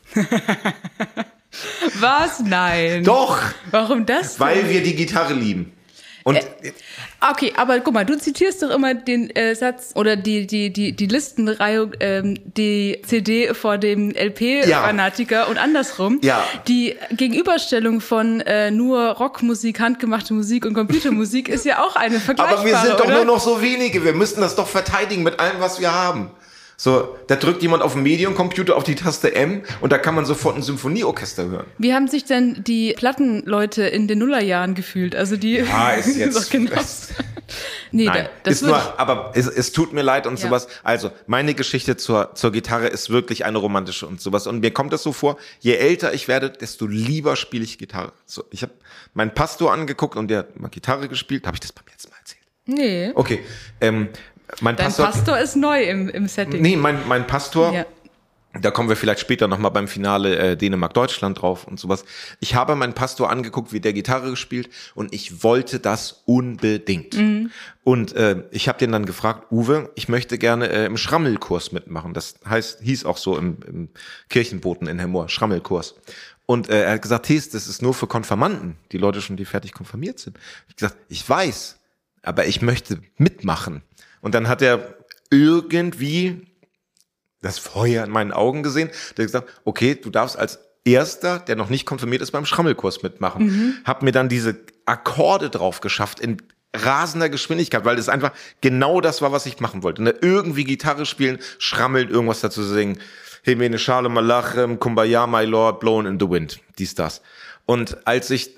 Was? Nein. Doch. Warum das? Weil wir die Gitarre lieben. Und okay, aber guck mal, du zitierst doch immer den Satz oder die Listenreihe, die CD vor dem LP-Fanatiker und andersrum. Ja. Die Gegenüberstellung von nur Rockmusik, handgemachte Musik und Computermusik ist ja auch eine vergleichbare, aber wir sind doch nur noch so wenige. Wir müssten das doch verteidigen mit allem, was wir haben. So, da drückt jemand auf dem Medium-Computer auf die Taste M und da kann man sofort ein Symphonieorchester hören. Wie haben sich denn die Plattenleute in den Nullerjahren gefühlt? Also die ist jetzt genau. Nee, nein, das ist nur, aber es tut mir leid und sowas. Also, meine Geschichte zur Gitarre ist wirklich eine romantische und sowas. Und mir kommt das so vor, je älter ich werde, desto lieber spiele ich Gitarre. So, ich habe meinen Pastor angeguckt und der hat mal Gitarre gespielt. Habe ich das beim letzten Mal erzählt? Nee. Okay, Dein Pastor ist neu im Setting. Nee, mein Pastor Da kommen wir vielleicht später nochmal beim Finale Dänemark-Deutschland drauf und sowas. Ich habe meinen Pastor angeguckt, wie der Gitarre gespielt und ich wollte das unbedingt. Und ich habe den dann gefragt, Uwe, ich möchte gerne im Schrammelkurs mitmachen. Das hieß auch so im Kirchenboten in Hemmoor, Schrammelkurs. Und er hat gesagt, das ist nur für Konfirmanden, die Leute schon, die fertig konfirmiert sind. Ich habe gesagt, ich weiß, aber ich möchte mitmachen. Und dann hat er irgendwie das Feuer in meinen Augen gesehen. Der hat gesagt, okay, du darfst als Erster, der noch nicht konfirmiert ist, beim Schrammelkurs mitmachen. Hab mir dann diese Akkorde drauf geschafft in rasender Geschwindigkeit, weil das einfach genau das war, was ich machen wollte. Ne? Irgendwie Gitarre spielen, schrammeln, irgendwas dazu singen. Himene Schale Malachem, Kumbaya, my Lord, Blown in the Wind. Dies, das. Und als ich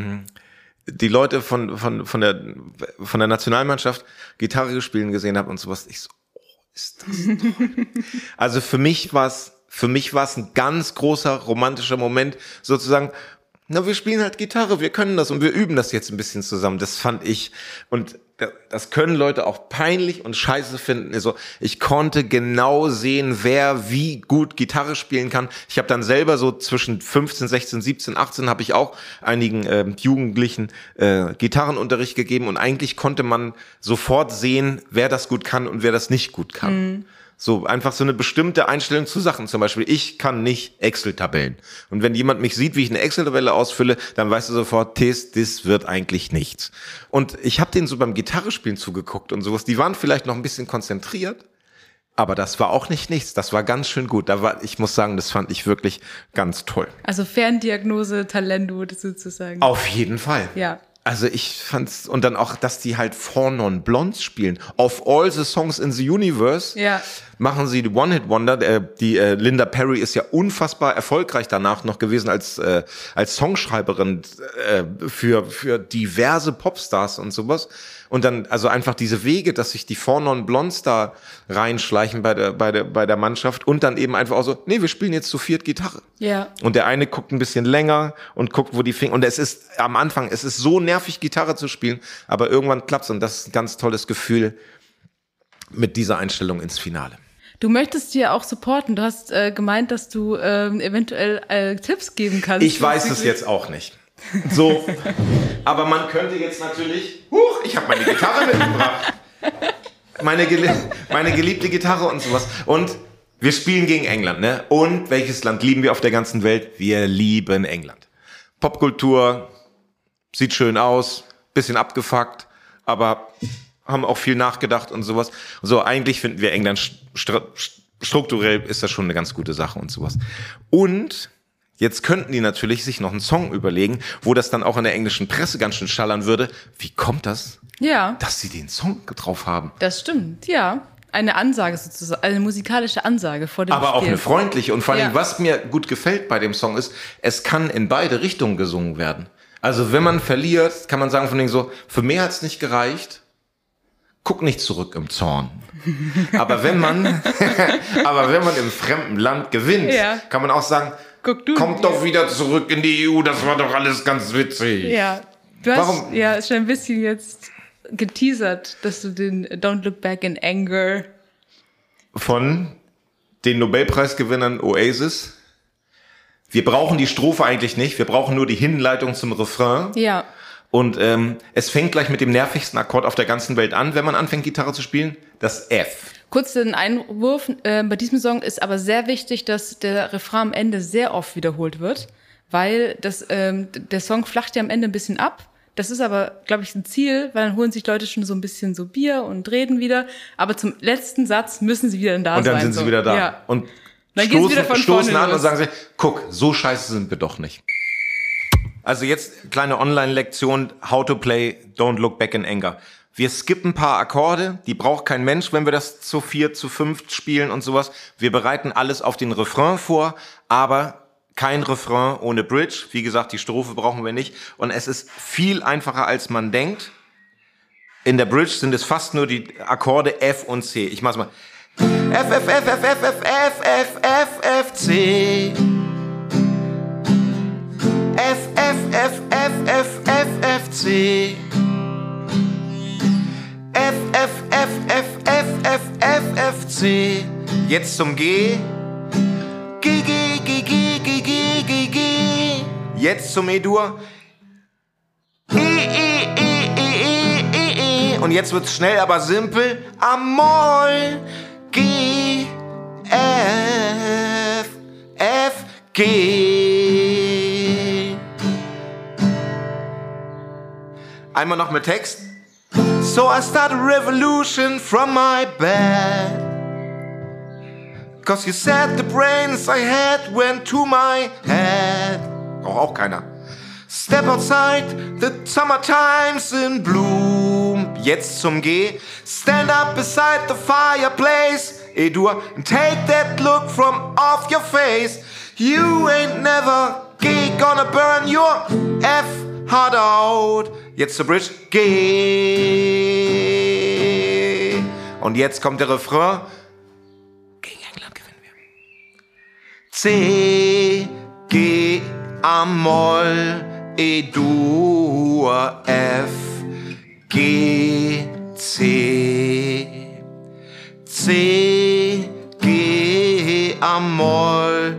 die Leute von der Nationalmannschaft Gitarre spielen gesehen habe und sowas, ich so, ist das toll. Also für mich war es ein ganz großer romantischer Moment, sozusagen, wir spielen halt Gitarre, wir können das und wir üben das jetzt ein bisschen zusammen. Das fand ich, und das können Leute auch peinlich und scheiße finden. Also ich konnte genau sehen, wer wie gut Gitarre spielen kann. Ich habe dann selber so zwischen 15, 16, 17, 18 habe ich auch einigen Jugendlichen Gitarrenunterricht gegeben und eigentlich konnte man sofort sehen, wer das gut kann und wer das nicht gut kann. So einfach so eine bestimmte Einstellung zu Sachen. Zum Beispiel, ich kann nicht Excel-Tabellen. Und wenn jemand mich sieht, wie ich eine Excel-Tabelle ausfülle, dann weißt du sofort, das wird eigentlich nichts. Und ich habe denen so beim Gitarrespielen zugeguckt und sowas. Die waren vielleicht noch ein bisschen konzentriert, aber das war auch nicht nichts. Das war ganz schön gut. Ich muss sagen, das fand ich wirklich ganz toll. Also Ferndiagnose Talento sozusagen. Auf jeden Fall. Ja. Also ich fand's, und dann auch, dass die halt Four Non Blondes spielen. Of all the songs in the universe, machen sie die One-Hit-Wonder. Die Linda Perry ist ja unfassbar erfolgreich danach noch gewesen als Songschreiberin für diverse Popstars und sowas. Und dann also einfach diese Wege, dass sich die Four Non Blondes da reinschleichen bei der Mannschaft und dann eben einfach auch so, wir spielen jetzt zu viert Gitarre. Ja. Und der eine guckt ein bisschen länger und guckt, wo die Finger, und es ist am Anfang, es ist so nervig, Gitarre zu spielen, aber irgendwann klappt's und das ist ein ganz tolles Gefühl mit dieser Einstellung ins Finale. Du möchtest dir auch supporten. Du hast gemeint, dass du eventuell Tipps geben kannst. Ich weiß es jetzt auch nicht. So, aber man könnte jetzt natürlich, ich habe meine Gitarre mitgebracht. Meine geliebte Gitarre und sowas. Und wir spielen gegen England, ne? Und welches Land lieben wir auf der ganzen Welt? Wir lieben England. Popkultur, sieht schön aus, bisschen abgefuckt, aber haben auch viel nachgedacht und sowas. So, eigentlich finden wir England strukturell ist das schon eine ganz gute Sache und sowas. Und jetzt könnten die natürlich sich noch einen Song überlegen, wo das dann auch in der englischen Presse ganz schön schallern würde. Wie kommt das, dass sie den Song drauf haben? Das stimmt, ja. Eine Ansage sozusagen, eine musikalische Ansage vor dem Spiel. Aber auch eine freundliche. Und vor allem, was mir gut gefällt bei dem Song ist, es kann in beide Richtungen gesungen werden. Also wenn man verliert, kann man sagen von denen so, für mehr hat's nicht gereicht, guck nicht zurück im Zorn. Aber wenn man im fremden Land gewinnt, kann man auch sagen, kommt doch wieder zurück in die EU, das war doch alles ganz witzig. Ja, du hast schon ein bisschen jetzt geteasert, dass du den Don't Look Back in Anger von den Nobelpreisgewinnern Oasis. Wir brauchen die Strophe eigentlich nicht, wir brauchen nur die Hinleitung zum Refrain. Ja. Und es fängt gleich mit dem nervigsten Akkord auf der ganzen Welt an, wenn man anfängt, Gitarre zu spielen, das F. Kurz den Einwurf, bei diesem Song ist aber sehr wichtig, dass der Refrain am Ende sehr oft wiederholt wird, weil der Song flacht ja am Ende ein bisschen ab. Das ist aber, glaube ich, ein Ziel, weil dann holen sich Leute schon so ein bisschen so Bier und reden wieder. Aber zum letzten Satz müssen sie wieder da sein. Und dann sind sie wieder da. Ja. Und dann stoßen an und sagen sie, guck, so scheiße sind wir doch nicht. Also jetzt kleine Online-Lektion, how to play Don't Look Back in Anger. Wir skippen ein paar Akkorde, die braucht kein Mensch, wenn wir das zu 4, zu 5 spielen und sowas. Wir bereiten alles auf den Refrain vor, aber kein Refrain ohne Bridge. Wie gesagt, die Strophe brauchen wir nicht. Und es ist viel einfacher, als man denkt. In der Bridge sind es fast nur die Akkorde F und C. Ich mach's mal. F, F, F, F, F, F, F, F, F, F, C. F, F, F, F, F, F, F, C. F, F, F, F, F, F, F, F, C. Jetzt zum G. jetzt zum E-Dur. Und jetzt wird's schnell, aber simpel. A-Moll, G, F, F, G. Einmal noch mit Text. So I start a revolution from my bed. 'Cause you said the brains I had went to my head. Braucht auch keiner. Step outside, the summertime's in bloom. Jetzt zum G. Stand up beside the fireplace. E-Dur. And take that look from off your face. You ain't never G gonna burn your F heart out. Jetzt zur Bridge. G. Und jetzt kommt der Refrain. Gegen England gewinnen wir. C, G, A-Moll, E-Dur, F, G, C. C, G, A-Moll,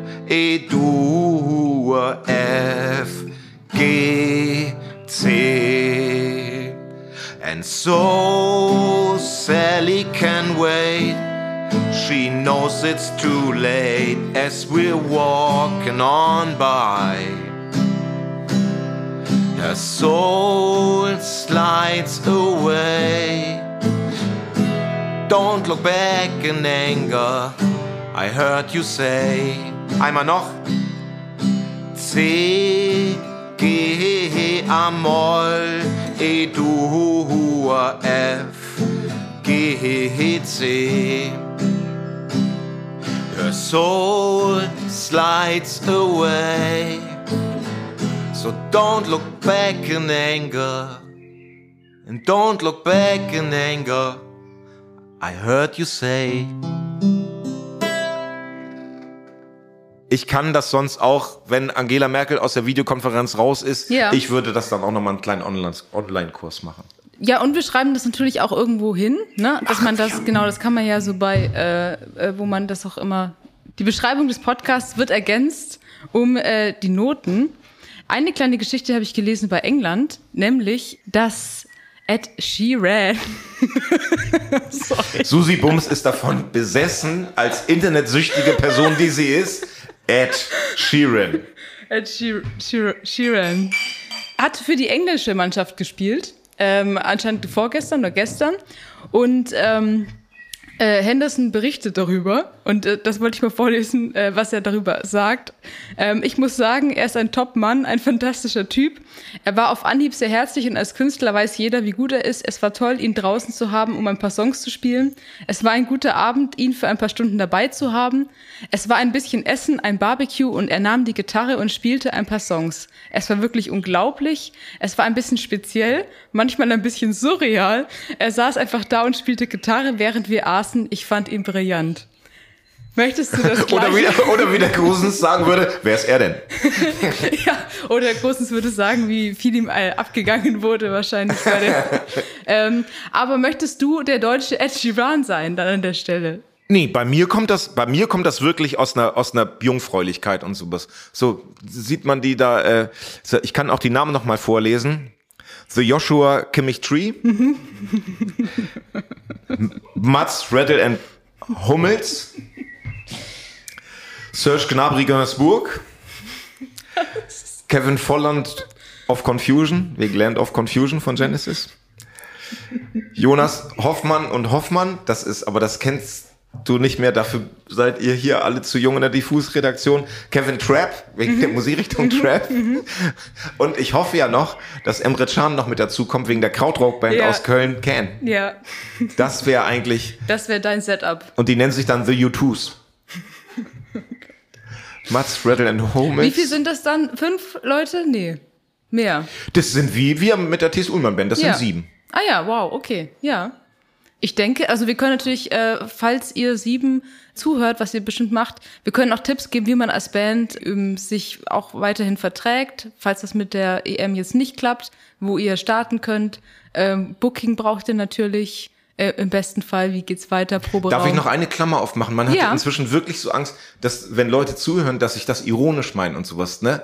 E-Dur, F, G, C. And so Sally can wait. She knows it's too late as we're walking on by. Her soul slides away. Don't look back in anger, I heard you say. Einmal noch. C, G, A-Moll, E-Dur, F, G, C. Her soul slides away. So don't look back in anger. And don't look back in anger, I heard you say. Ich kann das sonst auch, wenn Angela Merkel aus der Videokonferenz raus ist, ich würde das dann auch nochmal einen kleinen Online-Kurs machen. Ja, und wir schreiben das natürlich auch irgendwo hin, ne? Dass man das, genau, das kann man ja so bei, wo man das auch immer, die Beschreibung des Podcasts wird ergänzt um die Noten. Eine kleine Geschichte habe ich gelesen bei England, nämlich, dass Ed Sheeran Susi Bums ist davon besessen, als internetsüchtige Person, die sie ist, Ed Sheeran. Ed Sheeran hat für die englische Mannschaft gespielt, anscheinend vorgestern oder gestern. Und Henderson berichtet darüber und das wollte ich mal vorlesen, was er darüber sagt. Ich muss sagen, er ist ein Top-Mann, ein fantastischer Typ. Er war auf Anhieb sehr herzlich und als Künstler weiß jeder, wie gut er ist. Es war toll, ihn draußen zu haben, um ein paar Songs zu spielen. Es war ein guter Abend, ihn für ein paar Stunden dabei zu haben. Es war ein bisschen Essen, ein Barbecue und er nahm die Gitarre und spielte ein paar Songs. Es war wirklich unglaublich. Es war ein bisschen speziell, manchmal ein bisschen surreal. Er saß einfach da und spielte Gitarre, während wir aßen. Ich fand ihn brillant. Möchtest du das gleich? Oder wie der Grosens sagen würde, wer ist er denn? Ja, oder der Grosens würde sagen, wie viel ihm abgegangen wurde wahrscheinlich. Aber möchtest du der deutsche Ed Sheeran sein dann an der Stelle? Nee, bei mir kommt das wirklich aus einer Jungfräulichkeit und sowas. So sieht man die da, ich kann auch die Namen noch mal vorlesen. The Joshua Kimmich Tree. Mats Redl and Hummels. Serge Gnabry Gunnersburg. Kevin Volland of Confusion, wegen Land of Confusion von Genesis. Jonas Hoffmann und Hoffmann, das kennst du nicht mehr, dafür seid ihr hier alle zu jung in der Diffus-Redaktion. Kevin Trapp, wegen der Musikrichtung Trapp. Und ich hoffe ja noch, dass Emre Can noch mit dazu kommt, wegen der Krautrock-Band aus Köln, Can. Ja. Das wäre eigentlich... Das wäre dein Setup. Und die nennen sich dann The U2s. Mats, Redl and Hummels. Wie viel sind das dann? 5 Leute? Nee, mehr. Das sind wir mit der T.S. Ullmann Band, das sind 7. Ah ja, wow, okay, ja. Ich denke, also wir können natürlich, falls ihr 7 zuhört, was ihr bestimmt macht, wir können auch Tipps geben, wie man als Band sich auch weiterhin verträgt, falls das mit der EM jetzt nicht klappt, wo ihr starten könnt. Booking braucht ihr natürlich, im besten Fall, wie geht's weiter, Proberaum. Darf ich noch eine Klammer aufmachen? Man hat inzwischen wirklich so Angst, dass, wenn Leute zuhören, dass ich das ironisch meine und sowas, ne?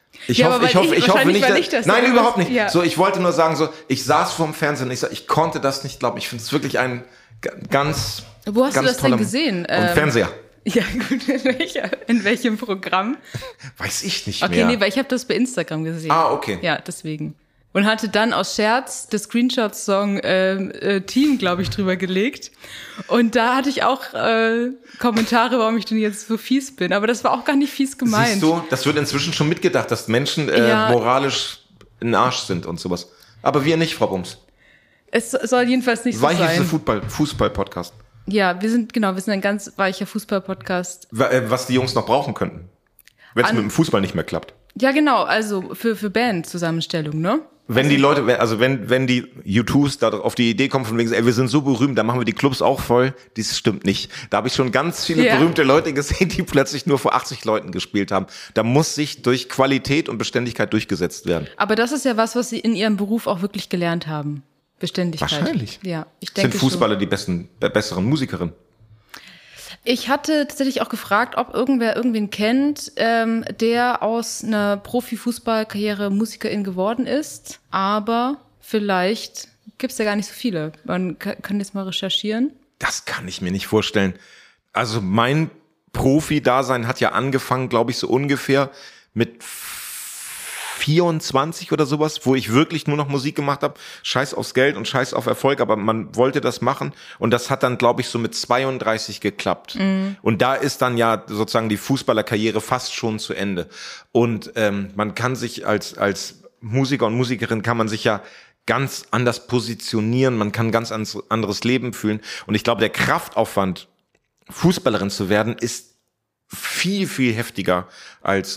Ich hoffe nicht. Nein, überhaupt nicht. Ja. So, ich wollte nur sagen, so, ich saß vorm Fernsehen und ich konnte das nicht glauben. Ich finde es wirklich ein ganz Wo hast ganz du das denn gesehen? Fernseher. Ja, gut, in welchem Programm? Weiß ich nicht Okay, mehr. nee, weil ich habe das bei Instagram gesehen. Ah, okay. Ja, deswegen. Und hatte dann aus Scherz das Screenshot-Song Team, glaube ich, drüber gelegt. Und da hatte ich auch Kommentare, warum ich denn jetzt so fies bin. Aber das war auch gar nicht fies gemeint. Siehst du, das wird inzwischen schon mitgedacht, dass Menschen moralisch in den Arsch sind und sowas. Aber wir nicht, Frau Bums. Es soll jedenfalls nicht so sein. Weiches Fußball-Podcast. Ja, wir sind ein ganz weicher Fußball-Podcast. Was die Jungs noch brauchen könnten. Wenn es mit dem Fußball nicht mehr klappt. Ja, genau, also für Band-Zusammenstellung, ne? Wenn die Leute, also wenn die U2s da auf die Idee kommen von wegen, ey, wir sind so berühmt, dann machen wir die Clubs auch voll, das stimmt nicht. Da habe ich schon ganz viele berühmte Leute gesehen, die plötzlich nur vor 80 Leuten gespielt haben. Da muss sich durch Qualität und Beständigkeit durchgesetzt werden. Aber das ist ja was sie in ihrem Beruf auch wirklich gelernt haben. Beständigkeit. Wahrscheinlich. Ja, ich denke sind Fußballer die besseren Musikerinnen? Ich hatte tatsächlich auch gefragt, ob irgendwen kennt, der aus einer Profifußballkarriere Musikerin geworden ist. Aber vielleicht gibt's ja gar nicht so viele. Man kann jetzt mal recherchieren. Das kann ich mir nicht vorstellen. Also mein Profi-Dasein hat ja angefangen, glaube ich, so ungefähr mit 24 oder sowas, wo ich wirklich nur noch Musik gemacht habe. Scheiß aufs Geld und scheiß auf Erfolg, aber man wollte das machen und das hat dann, glaube ich, so mit 32 geklappt. Mhm. Und da ist dann ja sozusagen die Fußballerkarriere fast schon zu Ende. Und man kann sich als Musiker und Musikerin kann man sich ja ganz anders positionieren, man kann ganz anderes Leben fühlen. Und ich glaube, der Kraftaufwand, Fußballerin zu werden, ist viel, viel heftiger als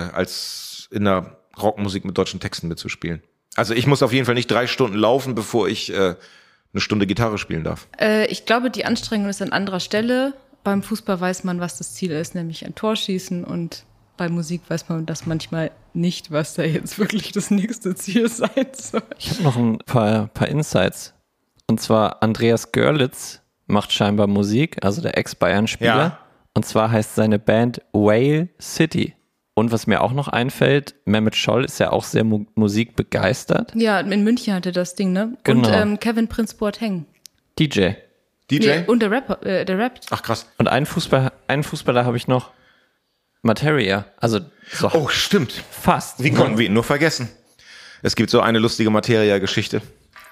in der Rockmusik mit deutschen Texten mitzuspielen. Also ich muss auf jeden Fall nicht 3 Stunden laufen, bevor ich eine Stunde Gitarre spielen darf. Ich glaube, die Anstrengung ist an anderer Stelle. Beim Fußball weiß man, was das Ziel ist, nämlich ein Tor schießen. Und bei Musik weiß man das manchmal nicht, was da jetzt wirklich das nächste Ziel sein soll. Ich habe noch ein paar Insights. Und zwar Andreas Görlitz macht scheinbar Musik, also der Ex-Bayern-Spieler. Ja. Und zwar heißt seine Band Whale City. Und was mir auch noch einfällt, Mehmet Scholl ist ja auch sehr musikbegeistert. Ja, in München hatte das Ding, ne? Genau. Und Kevin Prince Boateng. DJ? Nee, und der rappt. Ach krass. Und einen Fußballer habe ich noch, Materia. Also so. Oh, stimmt. Fast. Wie konnten wir ihn nur vergessen? Es gibt so eine lustige Materia-Geschichte.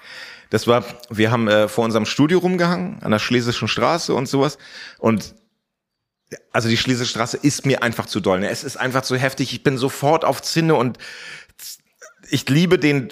Wir haben vor unserem Studio rumgehangen, an der Schlesischen Straße und sowas. Und also die Schlesische Straße ist mir einfach zu doll. Ne? Es ist einfach zu heftig. Ich bin sofort auf Zinne und ich liebe den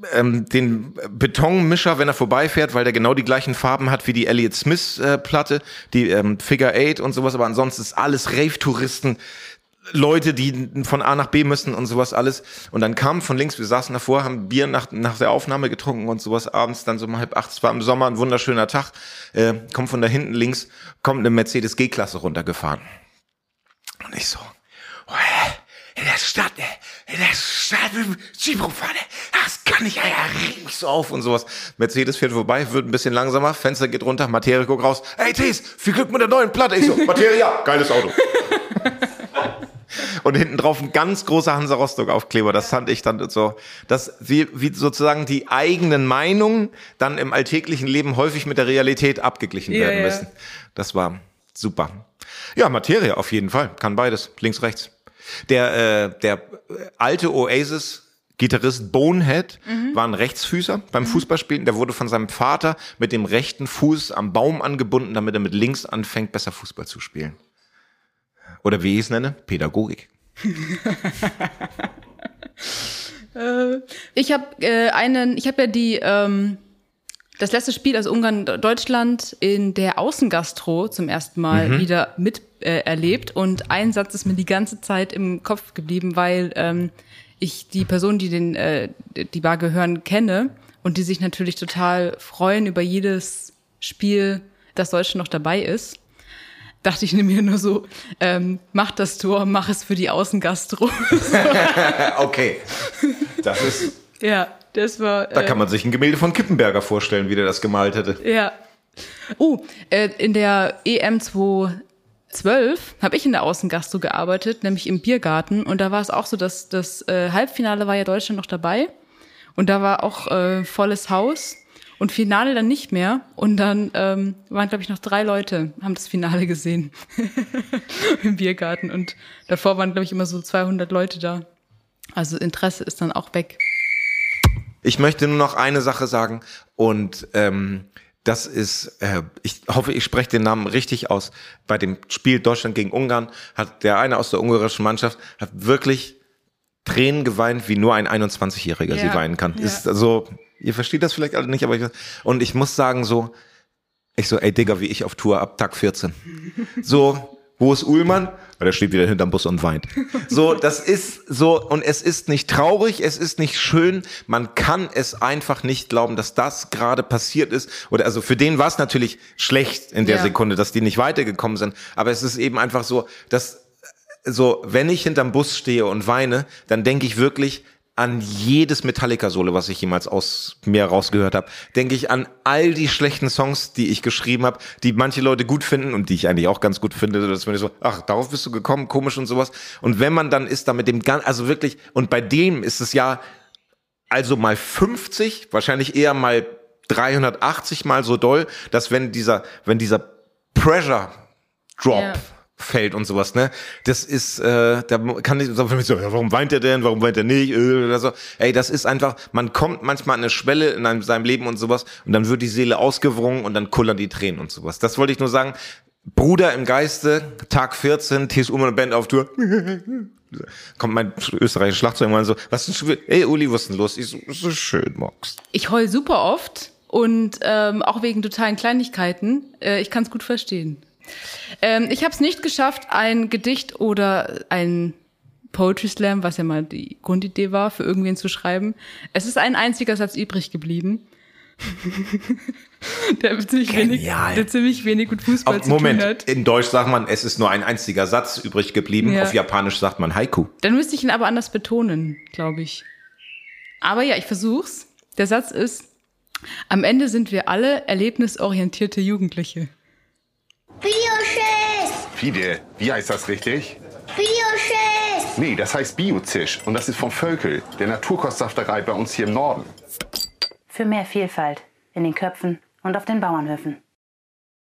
Betonmischer, wenn er vorbeifährt, weil der genau die gleichen Farben hat wie die Elliott Smith Platte, die Figure 8 und sowas. Aber ansonsten ist alles Rave-Touristen, Leute, die von A nach B müssen und sowas alles. Und dann kamen von links, wir saßen davor, haben Bier nach der Aufnahme getrunken und sowas abends, dann so um 7:30, es war im Sommer, ein wunderschöner Tag, kommt von da hinten links, kommt eine Mercedes G-Klasse runtergefahren. Und ich so, in der Stadt mit dem Jeep rumfahren, das kann ich, reg mich so auf und sowas. Mercedes fährt vorbei, wird ein bisschen langsamer, Fenster geht runter, Materia guckt raus, hey Tees, viel Glück mit der neuen Platte. Ich so, Materia, geiles Auto. Und hinten drauf ein ganz großer Hansa Rostock Aufkleber. Das fand ich dann so, dass wie sozusagen die eigenen Meinungen dann im alltäglichen Leben häufig mit der Realität abgeglichen werden müssen. Das war super. Ja, Materia auf jeden Fall. Kann beides. Links, rechts. Der alte Oasis-Gitarrist Bonehead war ein Rechtsfüßer beim Fußballspielen. Der wurde von seinem Vater mit dem rechten Fuß am Baum angebunden, damit er mit links anfängt, besser Fußball zu spielen. Oder wie ich es nenne, Pädagogik. Ich habe das letzte Spiel, also Ungarn-Deutschland, in der Außengastro zum ersten Mal wieder miterlebt. Und ein Satz ist mir die ganze Zeit im Kopf geblieben, weil ich die Personen, die die Bar gehören, kenne und die sich natürlich total freuen über jedes Spiel, das Deutschland noch dabei ist. Dachte ich mir nur so, mach das Tor, mach es für die Außengastro. Okay, das ist... Ja, das war... Da kann man sich ein Gemälde von Kippenberger vorstellen, wie der das gemalt hätte. Ja. In der EM 2016 2012 habe ich in der Außengastro gearbeitet, nämlich im Biergarten. Und da war es auch so, dass das Halbfinale war ja Deutschland noch dabei. Und da war auch volles Haus. Und Finale dann nicht mehr. Und dann waren, glaube ich, noch 3 Leute, haben das Finale gesehen im Biergarten. Und davor waren, glaube ich, immer so 200 Leute da. Also Interesse ist dann auch weg. Ich möchte nur noch eine Sache sagen. Und das ist, ich hoffe, ich spreche den Namen richtig aus. Bei dem Spiel Deutschland gegen Ungarn hat der eine aus der ungarischen Mannschaft hat wirklich Tränen geweint, wie nur ein 21-Jähriger sie weinen kann. Ja. Ist also... Ihr versteht das vielleicht alle nicht, aber ich muss sagen ey Digga, wie ich auf Tour ab Tag 14. So, wo ist Uhlmann? Der steht wieder hinterm Bus und weint. So, das ist so, und es ist nicht traurig, es ist nicht schön, man kann es einfach nicht glauben, dass das gerade passiert ist. Oder also für den war es natürlich schlecht in der Sekunde, dass die nicht weitergekommen sind, aber es ist eben einfach so, dass so, wenn ich hinterm Bus stehe und weine, dann denke ich wirklich an jedes Metallica-Solo, was ich jemals aus mir rausgehört habe, denke ich an all die schlechten Songs, die ich geschrieben habe, die manche Leute gut finden und die ich eigentlich auch ganz gut finde, dass man so, ach, darauf bist du gekommen, komisch und sowas. Und wenn man dann ist da mit dem ganzen, also wirklich, und bei dem ist es ja also mal 50, wahrscheinlich eher mal 380 mal so doll, dass wenn dieser Pressure Drop fällt und sowas, ne? Das ist, da kann ich so, ja, warum weint er denn? Warum weint er nicht? Oder so. Ey, das ist einfach, man kommt manchmal an eine Schwelle in seinem Leben und sowas und dann wird die Seele ausgewrungen und dann kullern die Tränen und sowas. Das wollte ich nur sagen. Bruder im Geiste, Tag 14, TS Ullmann Band auf Tour. Kommt mein österreichischer Schlagzeuger mal so, was ist denn, ey Uli, was ist denn los? Ich so schön, Mox. Ich heul super oft und auch wegen totalen Kleinigkeiten. Ich kann es gut verstehen. Ich habe es nicht geschafft, ein Gedicht oder ein Poetry Slam, was ja mal die Grundidee war, für irgendwen zu schreiben. Es ist ein einziger Satz übrig geblieben. der ziemlich wenig mit Fußball zu tun hat. In Deutsch sagt man, es ist nur ein einziger Satz übrig geblieben. Ja. Auf Japanisch sagt man Haiku. Dann müsste ich ihn aber anders betonen, glaube ich. Aber ja, ich versuch's. Der Satz ist: Am Ende sind wir alle erlebnisorientierte Jugendliche. Bioschiss! Fide, wie heißt das richtig? Bioschiss! Nee, das heißt Biozisch. Und das ist vom Völkel, der Naturkostsafterei bei uns hier im Norden. Für mehr Vielfalt in den Köpfen und auf den Bauernhöfen.